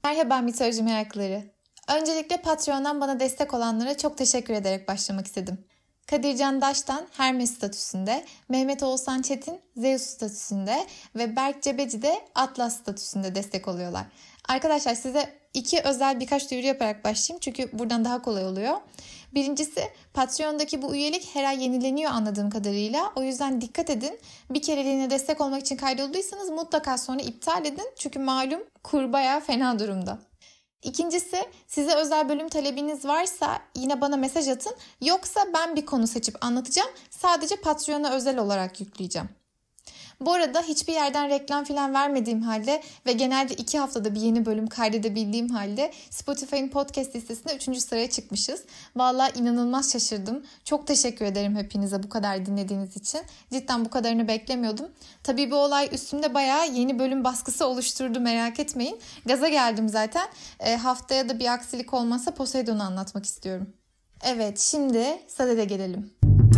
Merhaba mitoloji meraklıları. Öncelikle Patreon'dan bana destek olanlara çok teşekkür ederek başlamak istedim. Kadircan Daş'tan Hermes statüsünde, Mehmet Oğuzhan Çetin Zeus statüsünde ve Berk Cebeci de Atlas statüsünde destek oluyorlar. Arkadaşlar size özel birkaç duyuru yaparak başlayayım çünkü buradan daha kolay oluyor. Birincisi, Patreon'daki bu üyelik her ay yenileniyor anladığım kadarıyla. O yüzden dikkat edin. Bir kereliğine destek olmak için kaydolduysanız mutlaka sonra iptal edin. Çünkü malum kur bayağı fena durumda. İkincisi, size özel bölüm talebiniz varsa yine bana mesaj atın. Yoksa ben bir konu seçip anlatacağım. Sadece Patreon'a özel olarak yükleyeceğim. Bu arada hiçbir yerden reklam falan vermediğim halde ve genelde 2 haftada bir yeni bölüm kaydedebildiğim halde Spotify'ın podcast listesinde 3. sıraya çıkmışız. Vallahi inanılmaz şaşırdım. Çok teşekkür ederim hepinize bu kadar dinlediğiniz için. Cidden bu kadarını beklemiyordum. Tabii bu olay üstümde bayağı yeni bölüm baskısı oluşturdu, merak etmeyin. Gaza geldim zaten. Haftaya da bir aksilik olmazsa Poseidon'u anlatmak istiyorum. Evet, şimdi Sade'de gelelim.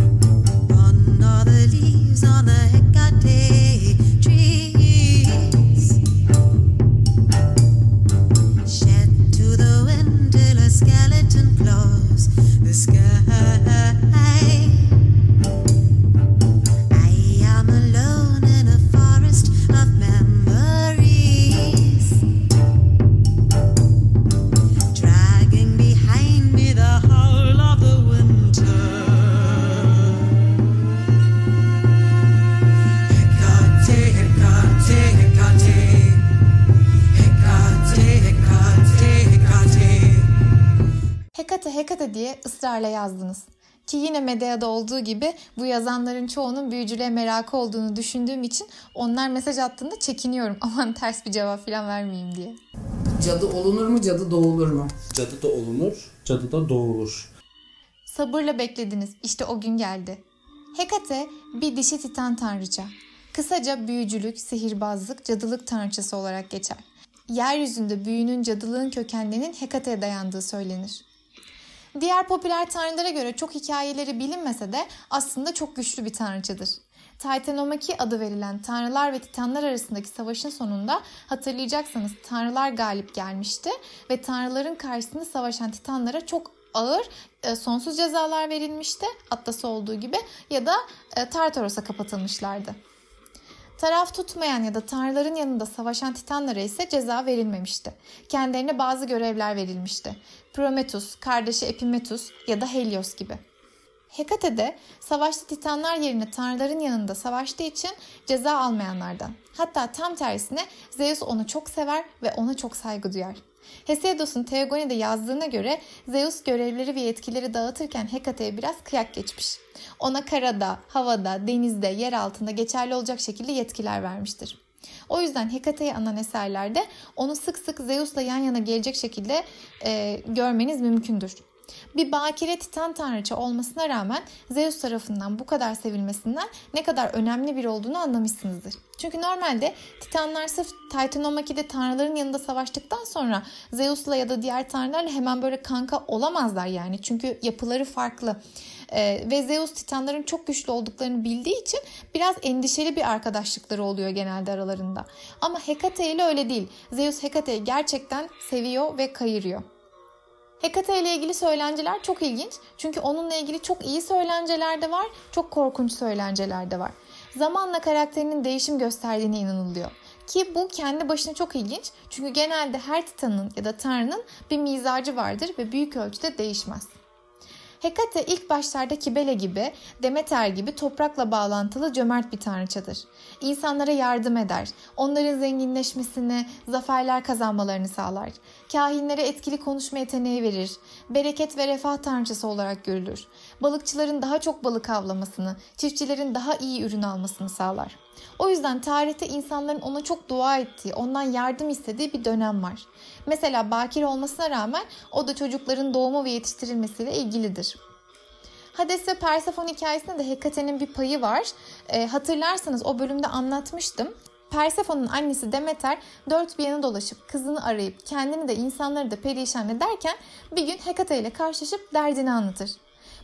Hekate diye ısrarla yazdınız. Ki yine Medea'da olduğu gibi bu yazanların çoğunun büyücülüğe merakı olduğunu düşündüğüm için onlar mesaj attığında çekiniyorum. Aman ters bir cevap falan vermeyeyim diye. Cadı olunur mu, cadı doğulur mu? Cadı da olunur, cadı da doğulur. Sabırla beklediniz. İşte o gün geldi. Hekate bir dişi titan tanrıça. Kısaca büyücülük, sihirbazlık, cadılık tanrıçası olarak geçer. Yeryüzünde büyünün, cadılığın kökenlerinin Hekate'ye dayandığı söylenir. Diğer popüler tanrılara göre çok hikayeleri bilinmese de aslında çok güçlü bir tanrıçadır. Titanomaki adı verilen tanrılar ve titanlar arasındaki savaşın sonunda hatırlayacaksanız tanrılar galip gelmişti ve tanrıların karşısında savaşan titanlara çok ağır sonsuz cezalar verilmişti, Atlas'a olduğu gibi, ya da Tartaros'a kapatılmışlardı. Taraf tutmayan ya da tanrıların yanında savaşan titanlara ise ceza verilmemişti. Kendilerine bazı görevler verilmişti. Prometheus, kardeşi Epimetheus ya da Helios gibi. Hekate de savaşta titanlar yerine tanrıların yanında savaştığı için ceza almayanlardan. Hatta tam tersine Zeus onu çok sever ve ona çok saygı duyar. Hesiodos'un Teogoni'de yazdığına göre Zeus görevleri ve yetkileri dağıtırken Hekate'ye biraz kıyak geçmiş. Ona karada, havada, denizde, yer altında geçerli olacak şekilde yetkiler vermiştir. O yüzden Hekate'yi anan eserlerde onu sık sık Zeus'la yan yana gelecek şekilde görmeniz mümkündür. Bir bakire titan tanrıça olmasına rağmen Zeus tarafından bu kadar sevilmesinden ne kadar önemli biri olduğunu anlamışsınızdır. Çünkü normalde titanlar sırf Titanomaki'de tanrıların yanında savaştıktan sonra Zeus'la ya da diğer tanrılarla hemen böyle kanka olamazlar yani. Çünkü yapıları farklı. Ve Zeus titanların çok güçlü olduklarını bildiği için biraz endişeli bir arkadaşlıkları oluyor genelde aralarında. Ama Hekate ile öyle değil. Zeus Hekate'yi gerçekten seviyor ve kayırıyor. Hekate ile ilgili söylenceler çok ilginç. Çünkü onunla ilgili çok iyi söylenceler de var, çok korkunç söylenceler de var. Zamanla karakterinin değişim gösterdiğine inanılıyor. Ki bu kendi başına çok ilginç. Çünkü genelde her titanın ya da tanrının bir mizacı vardır ve büyük ölçüde değişmez. Hekate ilk başlarda Kibele gibi, Demeter gibi toprakla bağlantılı cömert bir tanrıçadır. İnsanlara yardım eder, onların zenginleşmesini, zaferler kazanmalarını sağlar. Kahinlere etkili konuşma yeteneği verir, bereket ve refah tanrıçası olarak görülür. Balıkçıların daha çok balık avlamasını, çiftçilerin daha iyi ürün almasını sağlar. O yüzden tarihte insanların ona çok dua ettiği, ondan yardım istediği bir dönem var. Mesela bakire olmasına rağmen o da çocukların doğumu ve yetiştirilmesiyle ilgilidir. Hades ve Persefone hikayesinde de Hekate'nin bir payı var. Hatırlarsanız o bölümde anlatmıştım. Persefone'un annesi Demeter dört bir yana dolaşıp kızını arayıp kendini de insanları da perişan ederken bir gün Hekate ile karşılaşıp derdini anlatır.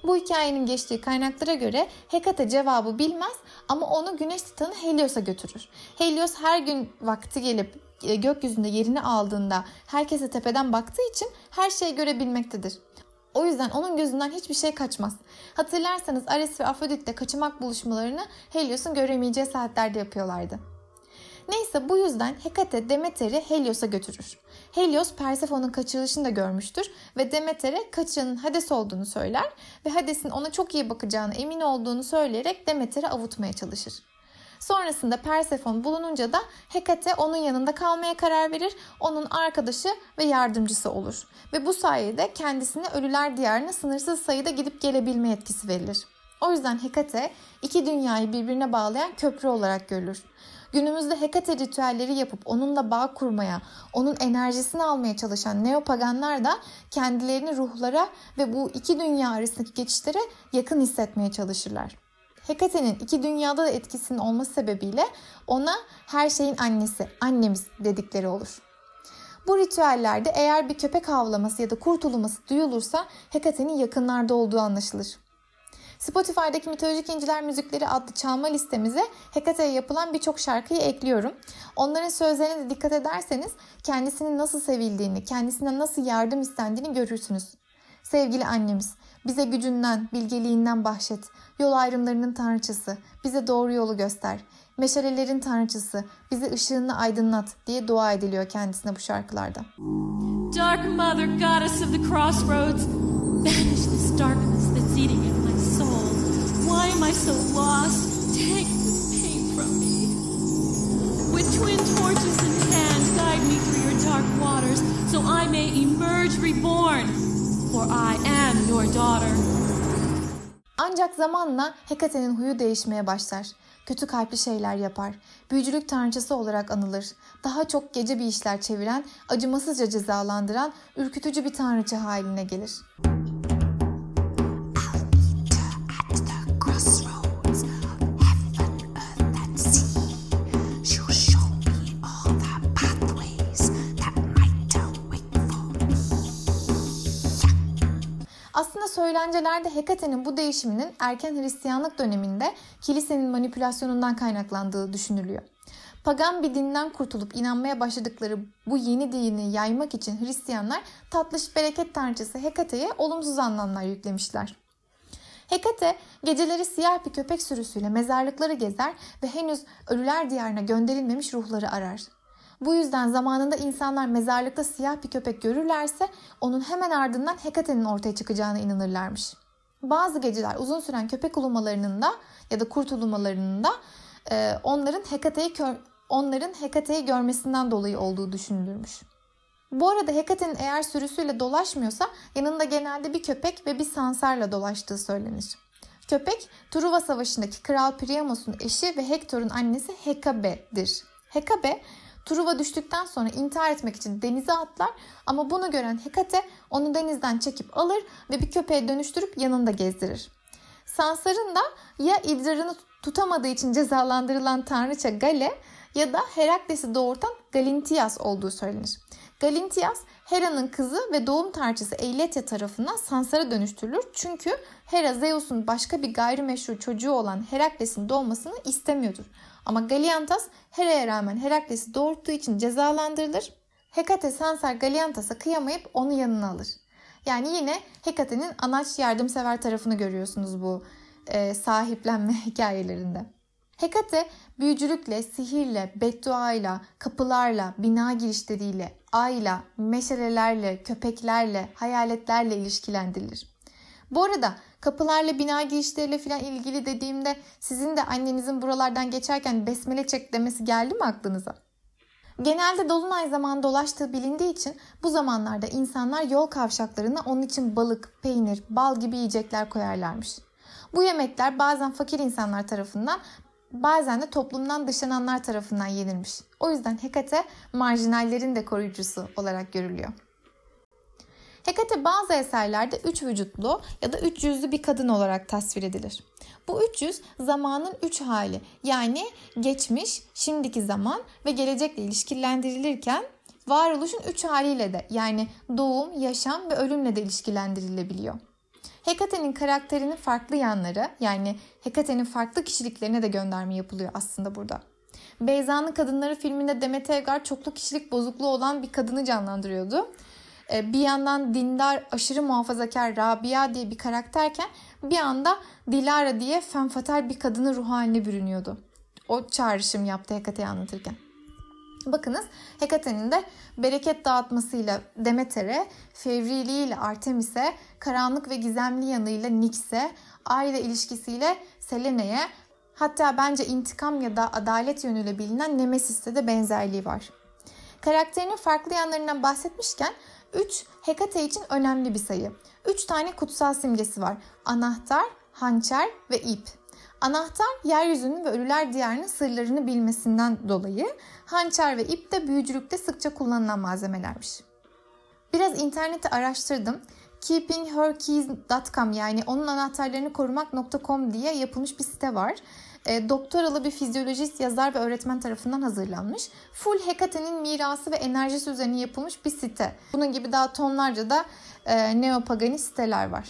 Bu hikayenin geçtiği kaynaklara göre Hekate cevabı bilmez ama onu Güneş Titanı Helios'a götürür. Helios her gün vakti gelip gökyüzünde yerini aldığında herkese tepeden baktığı için her şeyi görebilmektedir. O yüzden onun gözünden hiçbir şey kaçmaz. Hatırlarsanız Ares ve Afrodit'le kaçamak buluşmalarını Helios'un göremeyeceği saatlerde yapıyorlardı. Neyse bu yüzden Hekate Demeter'i Helios'a götürür. Helios Persephone'un kaçırılışını da görmüştür ve Demeter'e kaçıranın Hades olduğunu söyler ve Hades'in ona çok iyi bakacağına emin olduğunu söyleyerek Demeter'i avutmaya çalışır. Sonrasında Persephone bulununca da Hekate onun yanında kalmaya karar verir, onun arkadaşı ve yardımcısı olur. Ve bu sayede kendisine Ölüler Diyarı'na sınırsız sayıda gidip gelebilme yetkisi verilir. O yüzden Hekate iki dünyayı birbirine bağlayan köprü olarak görülür. Günümüzde Hekate ritüelleri yapıp onunla bağ kurmaya, onun enerjisini almaya çalışan neopaganlar da kendilerini ruhlara ve bu iki dünya arasındaki geçişlere yakın hissetmeye çalışırlar. Hekate'nin iki dünyada da etkisinin olması sebebiyle ona her şeyin annesi, annemiz dedikleri olur. Bu ritüellerde eğer bir köpek havlaması ya da kurt uluması duyulursa Hekate'nin yakınlarda olduğu anlaşılır. Spotify'daki Mitolojik İnciler Müzikleri adlı çalma listemize Hekate'ye yapılan birçok şarkıyı ekliyorum. Onların sözlerine de dikkat ederseniz kendisinin nasıl sevildiğini, kendisinden nasıl yardım istendiğini görürsünüz. Sevgili annemiz, bize gücünden, bilgeliğinden bahşet. Yol ayrımlarının tanrıçası, bize doğru yolu göster. Meşalelerin tanrıçası, bize ışığını aydınlat diye dua ediliyor kendisine bu şarkılarda. Dark Mother, Goddess of the Crossroads, banish this darkness that's eating at my soul. Why am I so lost? Take this pain from me. With twin torches in hand, guide me through your dark waters, so I may emerge reborn, for I am your daughter. Ancak zamanla Hekate'nin huyu değişmeye başlar. Kötü kalpli şeyler yapar. Büyücülük tanrıçası olarak anılır. Daha çok gece bir işler çeviren, acımasızca cezalandıran, ürkütücü bir tanrıça haline gelir. Aslında söylencelerde Hekate'nin bu değişiminin erken Hristiyanlık döneminde kilisenin manipülasyonundan kaynaklandığı düşünülüyor. Pagan bir dinden kurtulup inanmaya başladıkları bu yeni dini yaymak için Hristiyanlar tatlış bereket tanrıçası Hekate'ye olumsuz anlamlar yüklemişler. Hekate geceleri siyah bir köpek sürüsüyle mezarlıkları gezer ve henüz Ölüler Diyarı'na gönderilmemiş ruhları arar. Bu yüzden zamanında insanlar mezarlıkta siyah bir köpek görürlerse onun hemen ardından Hekate'nin ortaya çıkacağına inanırlarmış. Bazı geceler uzun süren köpek ulumalarının da ya da kurt ulumalarının da onların Hekate'yi görmesinden dolayı olduğu düşünülürmüş. Bu arada Hekate'nin eğer sürüsüyle dolaşmıyorsa yanında genelde bir köpek ve bir sansarla dolaştığı söylenir. Köpek Truva Savaşı'ndaki Kral Priamos'un eşi ve Hektor'un annesi Hekabe'dir. Hekabe Truva düştükten sonra intihar etmek için denize atlar ama bunu gören Hekate onu denizden çekip alır ve bir köpeğe dönüştürüp yanında gezdirir. Sansar'ın da ya idrarını tutamadığı için cezalandırılan tanrıça Gale ya da Herakles'i doğurtan Galintias olduğu söylenir. Galintias, Hera'nın kızı ve doğum tanrıçası Eileithyia tarafından Sansar'a dönüştürülür. Çünkü Hera, Zeus'un başka bir gayrimeşru çocuğu olan Herakles'in doğmasını istemiyordur. Ama Galiantas Hera'ya rağmen Herakles'i doğurttuğu için cezalandırılır. Hekate Sansar Galiantas'a kıyamayıp onu yanına alır. Yani yine Hekate'nin anaç yardımsever tarafını görüyorsunuz bu sahiplenme hikayelerinde. Hekate büyücülükle, sihirle, bedduayla, kapılarla, bina girişleriyle, ayla, meşalelerle, köpeklerle, hayaletlerle ilişkilendirilir. Bu arada kapılarla, bina girişleriyle falan ilgili dediğimde sizin de annenizin buralardan geçerken besmele çek demesi geldi mi aklınıza? Genelde dolunay zamanı dolaştığı bilindiği için bu zamanlarda insanlar yol kavşaklarına onun için balık, peynir, bal gibi yiyecekler koyarlarmış. Bu yemekler bazen fakir insanlar tarafından, bazen de toplumdan dışlananlar tarafından yenilmiş. O yüzden Hekate marjinallerin de koruyucusu olarak görülüyor. Hekate bazı eserlerde üç vücutlu ya da üç yüzlü bir kadın olarak tasvir edilir. Bu üç yüz zamanın üç hali, yani geçmiş, şimdiki zaman ve gelecekle ilişkilendirilirken varoluşun üç haliyle de, yani doğum, yaşam ve ölümle de ilişkilendirilebiliyor. Hekate'nin karakterinin farklı yanları, yani Hekate'nin farklı kişiliklerine de gönderme yapılıyor aslında burada. Beyza'nın Kadınları filminde Demet Evgar çoklu kişilik bozukluğu olan bir kadını canlandırıyordu. Bir yandan dindar, aşırı muhafazakar Rabia diye bir karakterken bir anda Dilara diye femme fatale bir kadının ruh haline bürünüyordu. O çağrışım yaptı Hekate'yi anlatırken. Bakınız, Hekate'nin de bereket dağıtmasıyla Demeter'e, fevriliğiyle Artemis'e, karanlık ve gizemli yanıyla Nyx'e, aile ilişkisiyle Selene'ye, hatta bence intikam ya da adalet yönüyle bilinen Nemesis'te de benzerliği var. Karakterinin farklı yanlarından bahsetmişken 3 Hekate için önemli bir sayı. 3 tane kutsal simgesi var. Anahtar, hançer ve ip. Anahtar, yeryüzünün ve ölüler diyarının sırlarını bilmesinden dolayı, hançer ve ip de büyücülükte sıkça kullanılan malzemelermiş. Biraz internette araştırdım. keepingherkeys.com, yani onun anahtarlarını korumak.com diye yapılmış bir site var. Doktoralı bir fizyolojist, yazar ve öğretmen tarafından hazırlanmış. Full Hekate'nin mirası ve enerjisi üzerine yapılmış bir site. Bunun gibi daha tonlarca da neopaganist siteler var.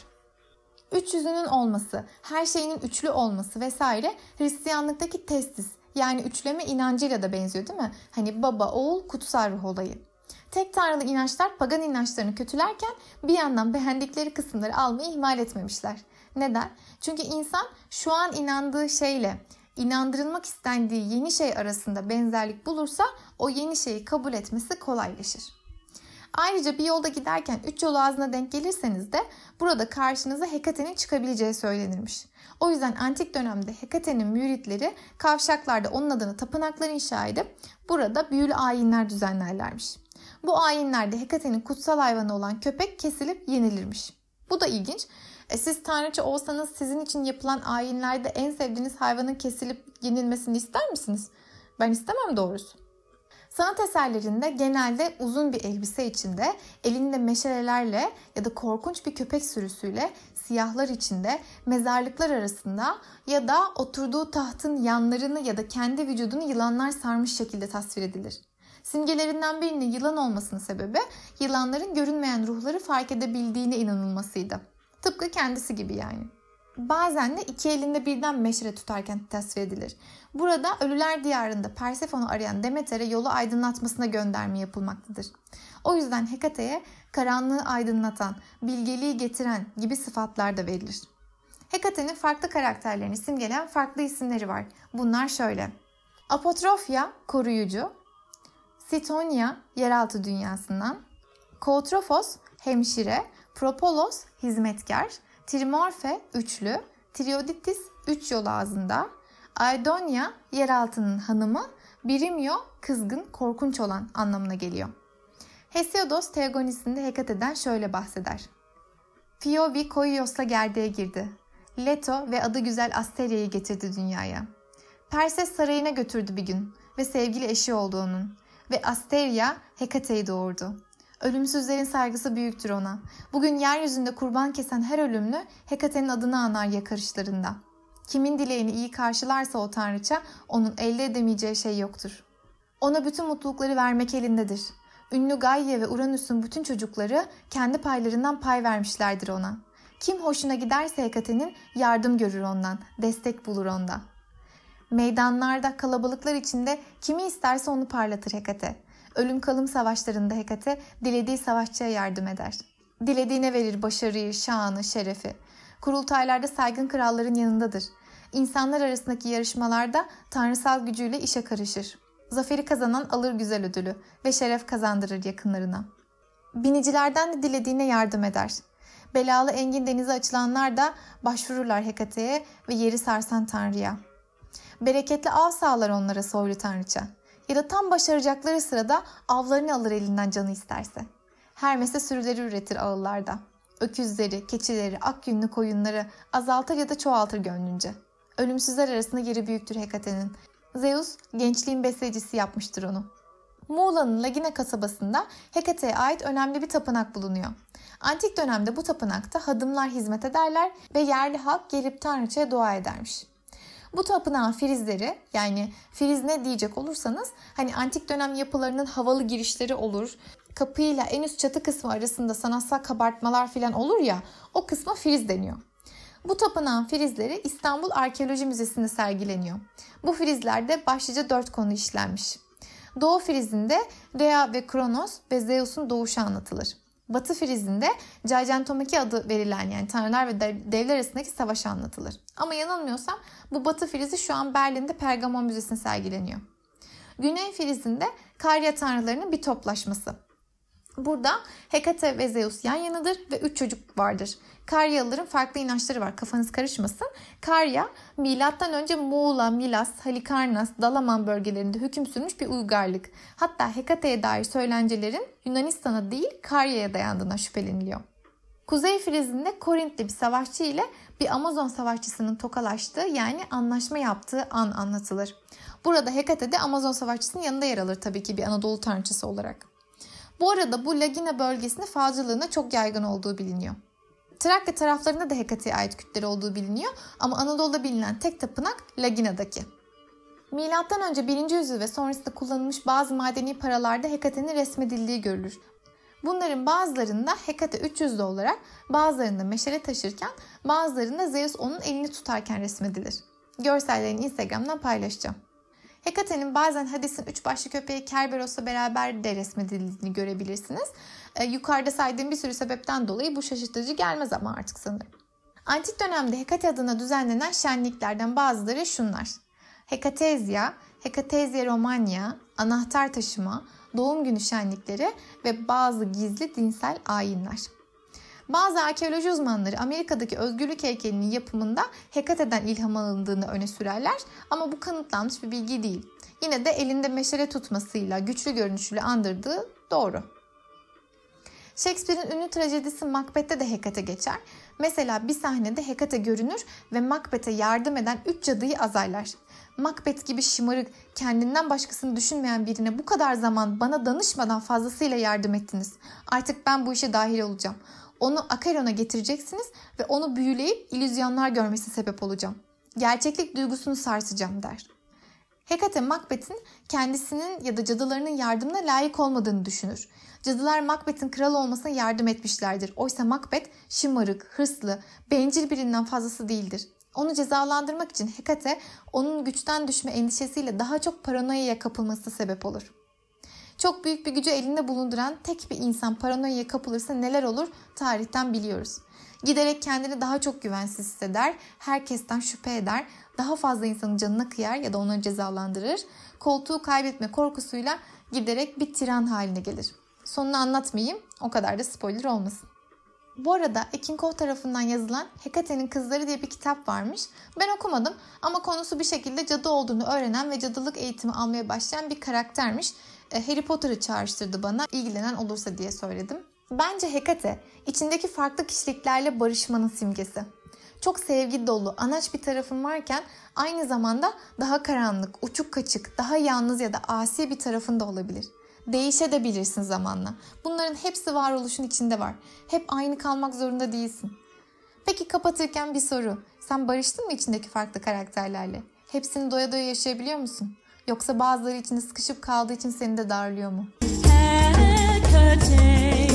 Üç yüzünün olması, her şeyinin üçlü olması vesaire Hristiyanlıktaki testis, yani üçleme inancıyla da benziyor değil mi? Hani baba, oğul, kutsal ruh olayı. Tek tanrılı inançlar pagan inançlarını kötülerken bir yandan beğendikleri kısımları almayı ihmal etmemişler. Neden? Çünkü insan şu an inandığı şeyle inandırılmak istendiği yeni şey arasında benzerlik bulursa o yeni şeyi kabul etmesi kolaylaşır. Ayrıca bir yolda giderken 3 yol ağzına denk gelirseniz de burada karşınıza Hekate'nin çıkabileceği söylenirmiş. O yüzden antik dönemde Hekate'nin müritleri kavşaklarda onun adına tapınaklar inşa edip burada büyülü ayinler düzenlerlermiş. Bu ayinlerde Hekate'nin kutsal hayvanı olan köpek kesilip yenilirmiş. Bu da ilginç. Siz tanrıça olsanız sizin için yapılan ayinlerde en sevdiğiniz hayvanın kesilip yenilmesini ister misiniz? Ben istemem doğrusu. Sanat eserlerinde genelde uzun bir elbise içinde, elinde meşalelerle ya da korkunç bir köpek sürüsüyle siyahlar içinde mezarlıklar arasında ya da oturduğu tahtın yanlarını ya da kendi vücudunu yılanlar sarmış şekilde tasvir edilir. Simgelerinden birinin yılan olmasının sebebi yılanların görünmeyen ruhları fark edebildiğine inanılmasıydı. Tıpkı kendisi gibi yani. Bazen de iki elinde birden meşale tutarken tasvir edilir. Burada ölüler diyarında Persefon'u arayan Demeter'e yolu aydınlatmasına gönderme yapılmaktadır. O yüzden Hekate'ye karanlığı aydınlatan, bilgeliği getiren gibi sıfatlar da verilir. Hekate'nin farklı karakterlerini simgeleyen farklı isimleri var. Bunlar şöyle: Apotrofya, koruyucu; Sitonia, yeraltı dünyasından; Koutrofos, hemşire; Propolos, hizmetkar; Trimorfe, üçlü; Trioditis, üç yol ağzında; Aidonia, yeraltının hanımı; Birimio, kızgın, korkunç olan anlamına geliyor. Hesiodos Teogonis'inde Hekate'den şöyle bahseder: Phoebe Koios'la gerdeğe girdi. Leto ve adı güzel Asteria'yı getirdi dünyaya. Perses sarayına götürdü bir gün ve sevgili eşi oldu onun. Ve Asteria Hekate'yi doğurdu. Ölümsüzlerin saygısı büyüktür ona. Bugün yeryüzünde kurban kesen her ölümlü Hekate'nin adını anar yakarışlarında. Kimin dileğini iyi karşılarsa o tanrıça, onun elde edemeyeceği şey yoktur. Ona bütün mutlulukları vermek elindedir. Ünlü Gaia ve Uranüs'ün bütün çocukları kendi paylarından pay vermişlerdir ona. Kim hoşuna giderse Hekate'nin yardım görür ondan, destek bulur onda. Meydanlarda, kalabalıklar içinde kimi isterse onu parlatır Hekate. Ölüm kalım savaşlarında Hekate dilediği savaşçıya yardım eder. Dilediğine verir başarıyı, şanı, şerefi. Kurultaylarda saygın kralların yanındadır. İnsanlar arasındaki yarışmalarda tanrısal gücüyle işe karışır. Zaferi kazanan alır güzel ödülü ve şeref kazandırır yakınlarına. Binicilerden de dilediğine yardım eder. Belalı engin denize açılanlar da başvururlar Hekate'ye ve yeri sarsan tanrıya. Bereketli av sağlar onlara soylu tanrıça. Ya da tam başaracakları sırada avlarını alır elinden canı isterse. Hermes'e sürüleri üretir ağıllarda. Öküzleri, keçileri, ak yünlü koyunları azaltır ya da çoğaltır gönlünce. Ölümsüzler arasında yeri büyüktür Hekate'nin. Zeus gençliğin beslecisi yapmıştır onu. Muğla'nın Lagina kasabasında Hekate'ye ait önemli bir tapınak bulunuyor. Antik dönemde bu tapınakta hadımlar hizmet ederler ve yerli halk gelip tanrıçaya dua edermiş. Bu tapınağın frizleri, yani friz ne diyecek olursanız hani antik dönem yapılarının havalı girişleri olur. Kapıyla en üst çatı kısmı arasında sanatsal kabartmalar falan olur ya, o kısma friz deniyor. Bu tapınağın frizleri İstanbul Arkeoloji Müzesi'nde sergileniyor. Bu frizlerde başlıca 4 konu işlenmiş. Doğu frizinde Rhea ve Kronos ve Zeus'un doğuşu anlatılır. Batı frizinde Gigantomachy adı verilen, yani tanrılar ve devler arasındaki savaş anlatılır. Ama yanılmıyorsam bu Batı frizi şu an Berlin'de Pergamon Müzesi'nde sergileniyor. Güney frizinde Karya tanrılarının bir toplaşması. Burada Hekate ve Zeus yan yanadır ve 3 çocuk vardır. Karyalıların farklı inançları var, kafanız karışmasın. Karya, M.Ö. Muğla, Milas, Halikarnas, Dalaman bölgelerinde hüküm sürmüş bir uygarlık. Hatta Hekate'ye dair söylencelerin Yunanistan'a değil Karya'ya dayandığına şüpheleniliyor. Kuzey frizinde Korintli bir savaşçı ile bir Amazon savaşçısının tokalaştığı, yani anlaşma yaptığı an anlatılır. Burada Hekate de Amazon savaşçısının yanında yer alır tabii ki bir Anadolu tanrıçası olarak. Bu arada bu Lagina bölgesinde falcılığına çok yaygın olduğu biliniyor. Trakya taraflarında da Hekate'ye ait kütleri olduğu biliniyor ama Anadolu'da bilinen tek tapınak Lagina'daki. M.Ö. 1. yüzyıl ve sonrasında kullanılmış bazı madeni paralarda Hekate'nin resmedildiği görülür. Bunların bazılarında Hekate 300'lü olarak, bazılarında meşale taşırken, bazılarında Zeus onun elini tutarken resmedilir. Görsellerini Instagram'dan paylaşacağım. Hekate'nin bazen Hades'in 3 başlı köpeği Kerberos'la beraber de resmedildiğini görebilirsiniz. Yukarıda saydığım bir sürü sebepten dolayı bu şaşırtıcı gelmez ama artık sanırım. Antik dönemde Hekate adına düzenlenen şenliklerden bazıları şunlar: Hekatezya, Hekatezya Romanya, anahtar taşıma, doğum günü şenlikleri ve bazı gizli dinsel ayinler. Bazı arkeoloji uzmanları Amerika'daki özgürlük heykelinin yapımında Hekate'den ilham alındığını öne sürerler ama bu kanıtlanmış bir bilgi değil. Yine de elinde meşale tutmasıyla güçlü görünüşüyle andırdığı doğru. Shakespeare'in ünlü trajedisi Macbeth'te de Hekate geçer. Mesela bir sahnede Hekate görünür ve Macbeth'e yardım eden 3 cadıyı azarlar. Macbeth gibi şımarık, kendinden başkasını düşünmeyen birine bu kadar zaman bana danışmadan fazlasıyla yardım ettiniz. Artık ben bu işe dahil olacağım. Onu Acheron'a getireceksiniz ve onu büyüleyip illüzyonlar görmesine sebep olacağım. Gerçeklik duygusunu sarsacağım der. Hekate Macbeth'in kendisinin ya da cadılarının yardımına layık olmadığını düşünür. Cadılar Macbeth'in kral olmasına yardım etmişlerdir. Oysa Macbeth şımarık, hırslı, bencil birinden fazlası değildir. Onu cezalandırmak için Hekate onun güçten düşme endişesiyle daha çok paranoyaya kapılmasına sebep olur. Çok büyük bir gücü elinde bulunduran tek bir insan paranoyaya kapılırsa neler olur tarihten biliyoruz. Giderek kendini daha çok güvensiz hisseder, herkesten şüphe eder, daha fazla insanın canına kıyar ya da onları cezalandırır. Koltuğu kaybetme korkusuyla giderek bir tiran haline gelir. Sonunu anlatmayayım, o kadar da spoiler olmasın. Bu arada Ekin Koh tarafından yazılan Hekate'nin Kızları diye bir kitap varmış. Ben okumadım ama konusu bir şekilde cadı olduğunu öğrenen ve cadılık eğitimi almaya başlayan bir karaktermiş. Harry Potter'ı çağrıştırdı bana, ilgilenen olursa diye söyledim. Bence Hekate içindeki farklı kişiliklerle barışmanın simgesi. Çok sevgi dolu, anaç bir tarafın varken aynı zamanda daha karanlık, uçuk kaçık, daha yalnız ya da asi bir tarafın da olabilir. Değişebilirsin zamanla. Bunların hepsi varoluşun içinde var. Hep aynı kalmak zorunda değilsin. Peki kapatırken bir soru. Sen barıştın mı içindeki farklı karakterlerle? Hepsini doya doya yaşayabiliyor musun? Yoksa bazıları içinde sıkışıp kaldığı için seni de darlıyor mu? Hecate.